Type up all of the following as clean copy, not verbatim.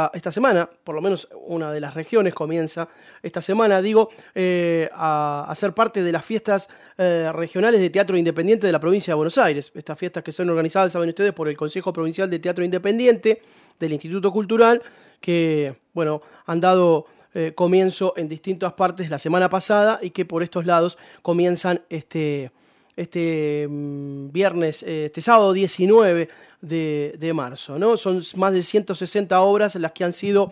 esta semana, por lo menos una de las regiones comienza esta semana, a ser parte de las fiestas regionales de teatro independiente de la provincia de Buenos Aires. Estas fiestas que son organizadas, saben ustedes, por el Consejo Provincial de Teatro Independiente del Instituto Cultural, que, bueno, han dado comienzo en distintas partes la semana pasada y que por estos lados comienzan este sábado 19 de marzo, ¿no? Son más de 160 obras las que han sido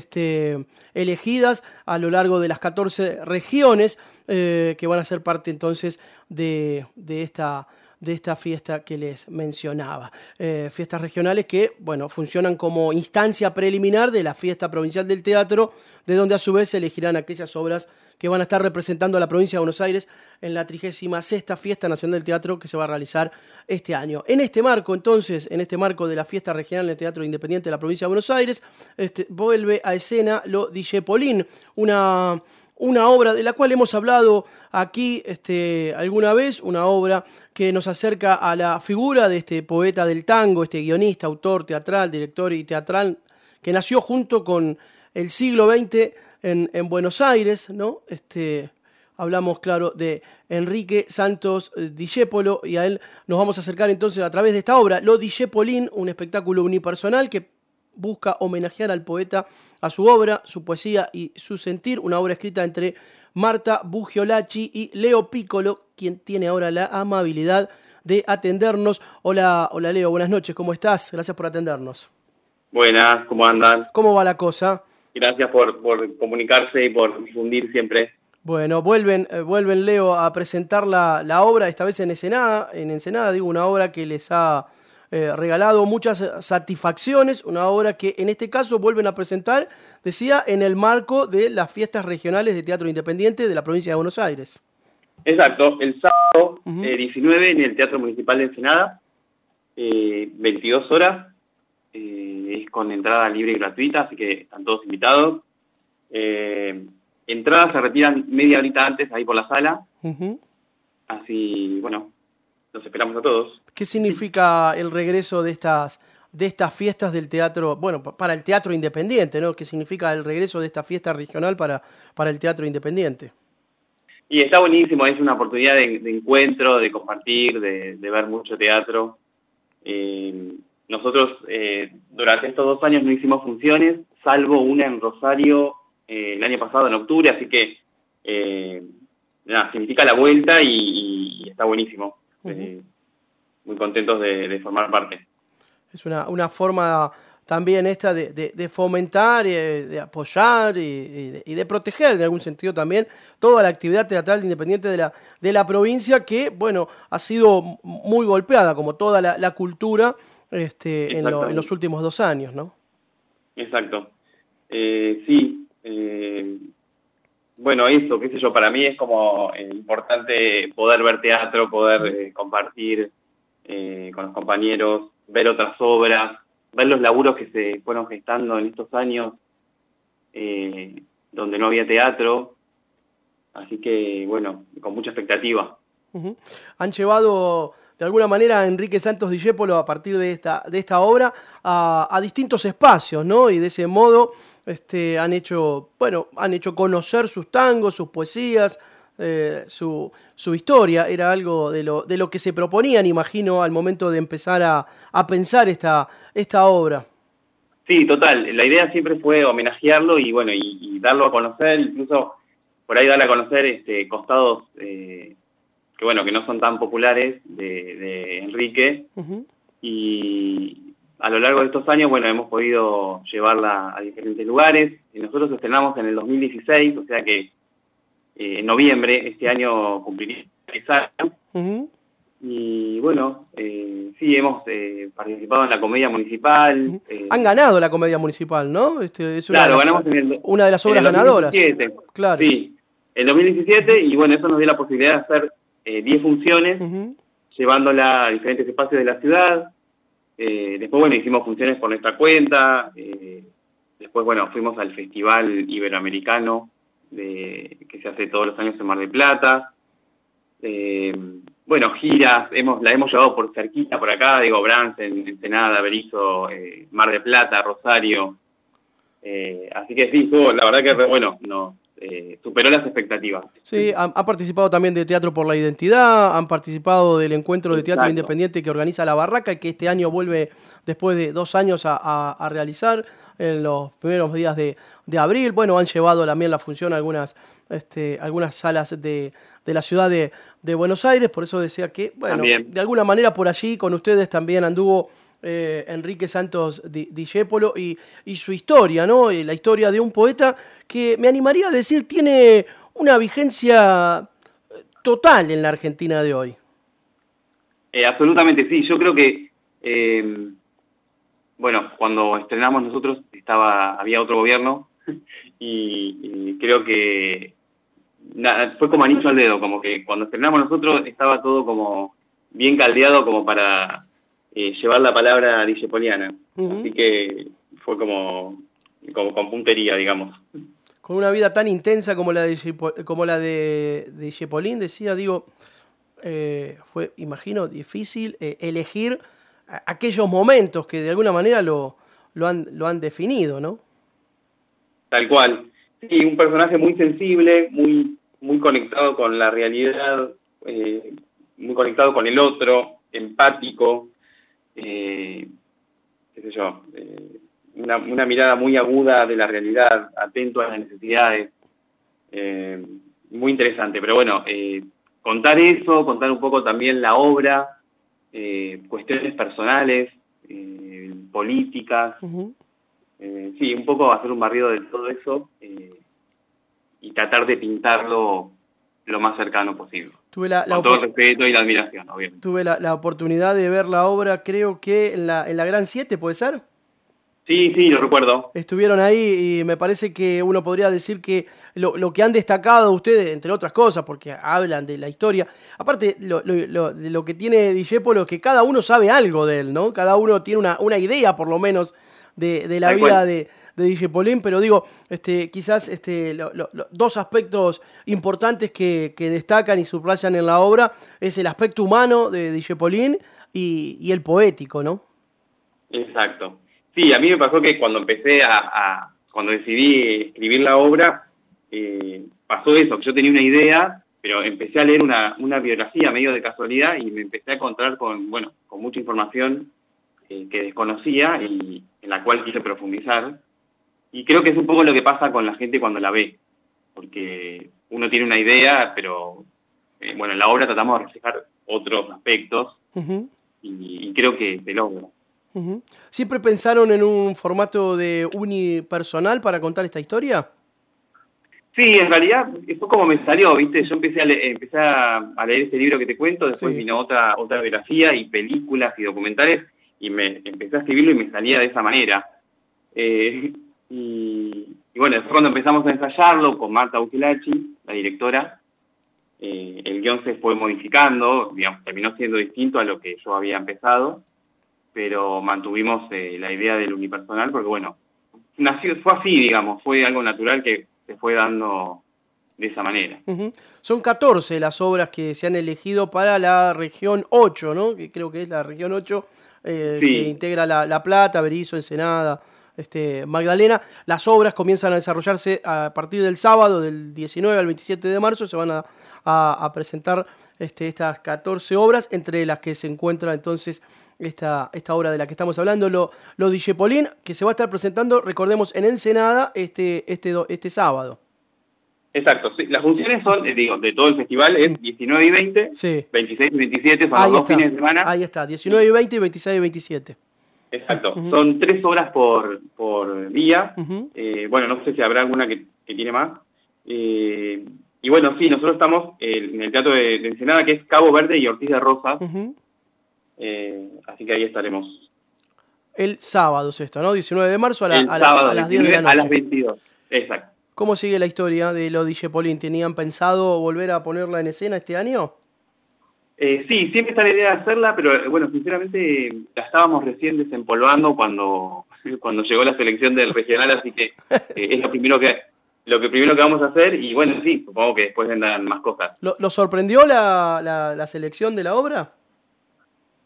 elegidas a lo largo de las 14 regiones que van a ser parte entonces de esta fiesta que les mencionaba. Fiestas regionales que, bueno, funcionan como instancia preliminar de la fiesta provincial del teatro, de donde a su vez se elegirán aquellas obras que van a estar representando a la provincia de Buenos Aires en la 36ª Fiesta Nacional del Teatro que se va a realizar este año. En este marco, entonces, de la Fiesta Regional del Teatro Independiente de la provincia de Buenos Aires, vuelve a escena Lo Dijépolín, una obra de la cual hemos hablado aquí alguna vez, una obra que nos acerca a la figura de este poeta del tango, este guionista, autor teatral, director y teatral, que nació junto con el siglo XX en Buenos Aires, ¿no? Hablamos, claro, de Enrique Santos Discépolo, y a él nos vamos a acercar entonces a través de esta obra, Lo Dijépolín, un espectáculo unipersonal que busca homenajear al poeta, a su obra, su poesía y su sentir, una obra escrita entre Marta Bugiolacci y Leo Piccolo, quien tiene ahora la amabilidad de atendernos. Hola Leo, buenas noches, ¿cómo estás? Gracias por atendernos. Buenas, ¿cómo andan? ¿Cómo va la cosa? Gracias por comunicarse y por difundir siempre. Bueno, vuelven Leo a presentar la obra, esta vez en Ensenada, una obra que les ha regalado muchas satisfacciones, una obra que en este caso vuelven a presentar, decía, en el marco de las fiestas regionales de teatro independiente de la provincia de Buenos Aires. Exacto, el sábado 19 en el Teatro Municipal de Ensenada, 22 horas, es con entrada libre y gratuita, así que están todos invitados. Entradas se retiran media horita antes ahí por la sala, así, bueno, los esperamos a todos. ¿Qué significa el regreso de estas fiestas del teatro, bueno, para el teatro independiente, ¿no? ¿Qué significa el regreso de esta fiesta regional para el teatro independiente? Y está buenísimo, es una oportunidad de encuentro, de compartir, de ver mucho teatro. Nosotros durante estos 2 años no hicimos funciones, salvo una en Rosario el año pasado en octubre, así que significa la vuelta y está buenísimo. Muy contentos de formar parte. Es una forma también esta de fomentar, de apoyar y de proteger, de algún sentido también, toda la actividad teatral independiente de la provincia que, bueno, ha sido muy golpeada, como toda la cultura en los últimos 2 años, ¿no? Exacto. Sí. Bueno, eso, qué sé yo, para mí es como importante poder ver teatro, poder compartir con los compañeros, ver otras obras, ver los laburos que se fueron gestando en estos años donde no había teatro, así que, bueno, con mucha expectativa. Han llevado de alguna manera a Enrique Santos Discépolo a partir de esta obra a distintos espacios, ¿no? Y de ese modo han hecho conocer sus tangos, sus poesías, su historia. Era algo de lo que se proponían, imagino, al momento de empezar a pensar esta obra. Sí, total. La idea siempre fue homenajearlo y bueno, y darlo a conocer, incluso por ahí darle a conocer costados que no son tan populares de Enrique. Y a lo largo de estos años, bueno, hemos podido llevarla a diferentes lugares. Y nosotros estrenamos en el 2016, o sea que en noviembre, este año cumpliría 3 años. Y bueno, sí, hemos participado en la Comedia Municipal. Han ganado la Comedia Municipal, ¿no? Ganamos una de las obras ganadoras. Claro. Sí, en 2017, y bueno, eso nos dio la posibilidad de hacer 10 funciones, llevándola a diferentes espacios de la ciudad. Después, bueno, hicimos funciones por nuestra cuenta. Después, bueno, fuimos al Festival Iberoamericano que se hace todos los años en Mar del Plata. Bueno, giras, la hemos llevado por cerquita, por acá, Bransen, Ensenada, Berizo, Mar del Plata, Rosario. Así que sí, la verdad que bueno, superó las expectativas. Sí, han participado también de Teatro por la Identidad, han participado del encuentro de teatro Exacto. independiente que organiza La Barraca y que este año vuelve después de 2 años a realizar en los primeros días de abril. Bueno, han llevado también la función a algunas salas de la ciudad de Buenos Aires, por eso decía que, bueno, También. de alguna manera por allí con ustedes también anduvo Enrique Santos Discépolo y su historia, ¿no? La historia de un poeta que me animaría a decir tiene una vigencia total en la Argentina de hoy. Absolutamente sí, yo creo que, bueno, cuando estrenamos nosotros había otro gobierno y creo que fue como anillo al dedo, como que cuando estrenamos nosotros estaba todo como bien caldeado como para llevar la palabra discepoliana. Así que fue como con puntería, digamos. Con una vida tan intensa como la de Discepolín, decía, digo, fue, imagino, difícil elegir aquellos momentos que de alguna manera lo han definido, ¿no? Tal cual. Sí, un personaje muy sensible, muy conectado con la realidad, muy conectado con el otro, empático, qué sé yo, una mirada muy aguda de la realidad, atento a las necesidades, muy interesante. Pero bueno, contar eso, contar un poco también la obra, cuestiones personales, políticas, sí, un poco hacer un barrido de todo eso y tratar de pintarlo lo más cercano posible. Con todo el respeto y la admiración, obviamente. Tuve la oportunidad de ver la obra, creo que en la Gran 7, ¿puede ser? Sí, lo recuerdo. Estuvieron ahí y me parece que uno podría decir que lo que han destacado ustedes, entre otras cosas, porque hablan de la historia, aparte de lo que tiene Discépolo, que cada uno sabe algo de él, ¿no? Cada uno tiene una idea, por lo menos, de la vida de Discepolín, pero digo, quizás dos aspectos importantes que destacan y subrayan en la obra es el aspecto humano de Discepolín y el poético, ¿no? Exacto. Sí, a mí me pasó que cuando cuando decidí escribir la obra, pasó eso, que yo tenía una idea, pero empecé a leer una biografía medio de casualidad y me empecé a encontrar con mucha información que desconocía y en la cual quise profundizar. Y creo que es un poco lo que pasa con la gente cuando la ve, porque uno tiene una idea, pero bueno, en la obra tratamos de reflejar otros aspectos y creo que se logra. ¿Siempre pensaron en un formato de unipersonal para contar esta historia? Sí, en realidad fue como me salió, ¿viste? Yo empecé a leer este libro que te cuento, después vino otra biografía y películas y documentales, y me empecé a escribirlo y me salía de esa manera. Y bueno, después cuando empezamos a ensayarlo con Marta Bucchilachi, la directora, el guión se fue modificando, digamos, terminó siendo distinto a lo que yo había empezado, pero mantuvimos la idea del unipersonal porque, bueno, fue así, digamos, fue algo natural que se fue dando de esa manera. Son 14 las obras que se han elegido para la región 8, ¿no? Que creo que es la región 8, que integra La Plata, Berisso, Ensenada, Magdalena. Las obras comienzan a desarrollarse a partir del sábado, del 19 al 27 de marzo, se van a presentar estas 14 obras, entre las que se encuentra entonces esta obra de la que estamos hablando, Lo Discepolín, que se va a estar presentando, recordemos, en Ensenada este sábado. Exacto, sí, las funciones son, de todo el festival, es 19 y 20, 26 y 27, son los dos fines de semana. Ahí está, 19 y 20 y 26 y 27. Exacto, son 3 horas por día, bueno, no sé si habrá alguna que tiene más. Y bueno, sí, nosotros estamos en el Teatro de Ensenada, que es Cabo Verde y Ortiz de Rosas, así que ahí estaremos. El sábado es esto, ¿no? 19 de marzo a las 10 de la noche. A las 22, exacto. ¿Cómo sigue la historia de Lo Discepolín? ¿Tenían pensado volver a ponerla en escena este año? Sí, siempre está la idea de hacerla, pero bueno, sinceramente la estábamos recién desempolvando cuando llegó la selección del regional, así que es lo primero que vamos a hacer y bueno, sí, supongo que después vendrán más cosas. ¿Lo sorprendió la selección de la obra?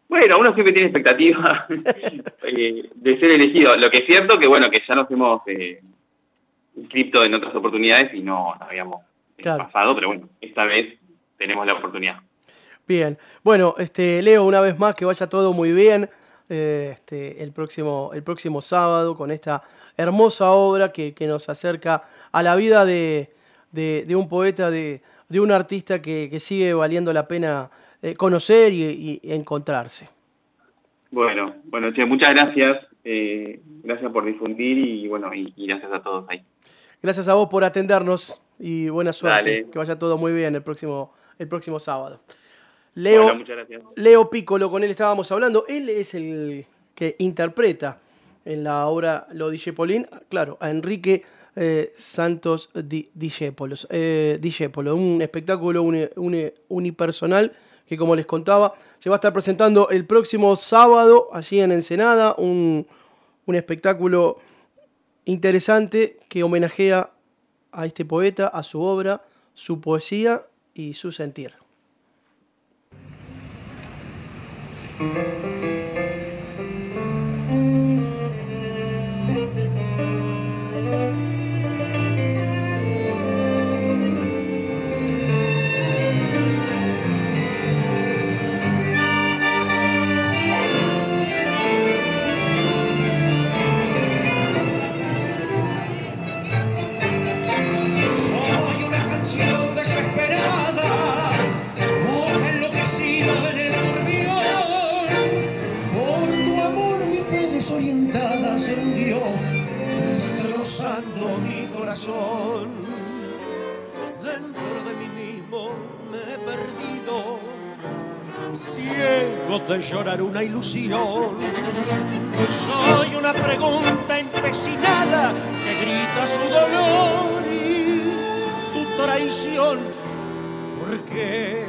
Bueno, uno siempre tiene expectativa de ser elegido. Lo que es cierto que, bueno, que ya nos hemos inscrito en otras oportunidades y no habíamos pasado, pero bueno, esta vez tenemos la oportunidad. Bien. Bueno, Leo, una vez más, que vaya todo muy bien el próximo sábado con esta hermosa obra que nos acerca a la vida de un poeta, de un artista que sigue valiendo la pena conocer y encontrarse. Bueno, che, muchas gracias. Gracias por difundir y bueno, y gracias a todos ahí. Gracias a vos por atendernos y buena suerte. Dale. Que vaya todo muy bien el próximo sábado. Leo, bueno, muchas gracias. Leo Piccolo, con él estábamos hablando. Él es el que interpreta en la obra Lo Discepolín, claro, a Enrique Santos Discepolo, un espectáculo unipersonal que, como les contaba, se va a estar presentando el próximo sábado allí en Ensenada, un espectáculo interesante que homenajea a este poeta, a su obra, su poesía y su sentir. Mi corazón, dentro de mí mismo me he perdido, ciego de llorar una ilusión. Soy una pregunta empecinada que grita su dolor y tu traición. ¿Por qué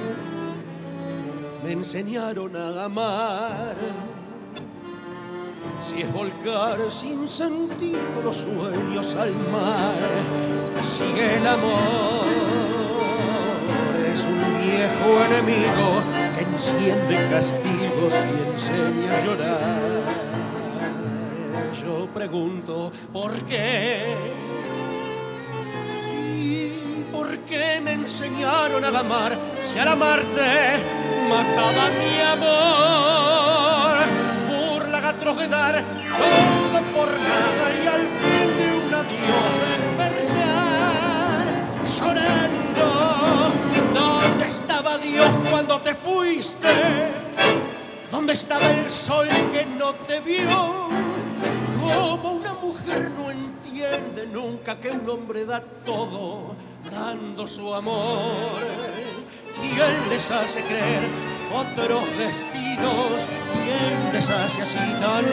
me enseñaron a amar? Si es volcar sin sentido los sueños al mar, si el amor es un viejo enemigo que enciende castigos y enseña a llorar. Yo pregunto, ¿por qué? Sí, ¿por qué me enseñaron a amar si al amarte mataba mi amor? De dar todo por nada y al fin de un adiós despertar llorando. ¿Dónde estaba Dios cuando te fuiste? ¿Dónde estaba el sol que no te vio? Como una mujer no entiende nunca que un hombre da todo dando su amor. ¿Quién les hace creer otros destinos? ¿Quién les hace así tan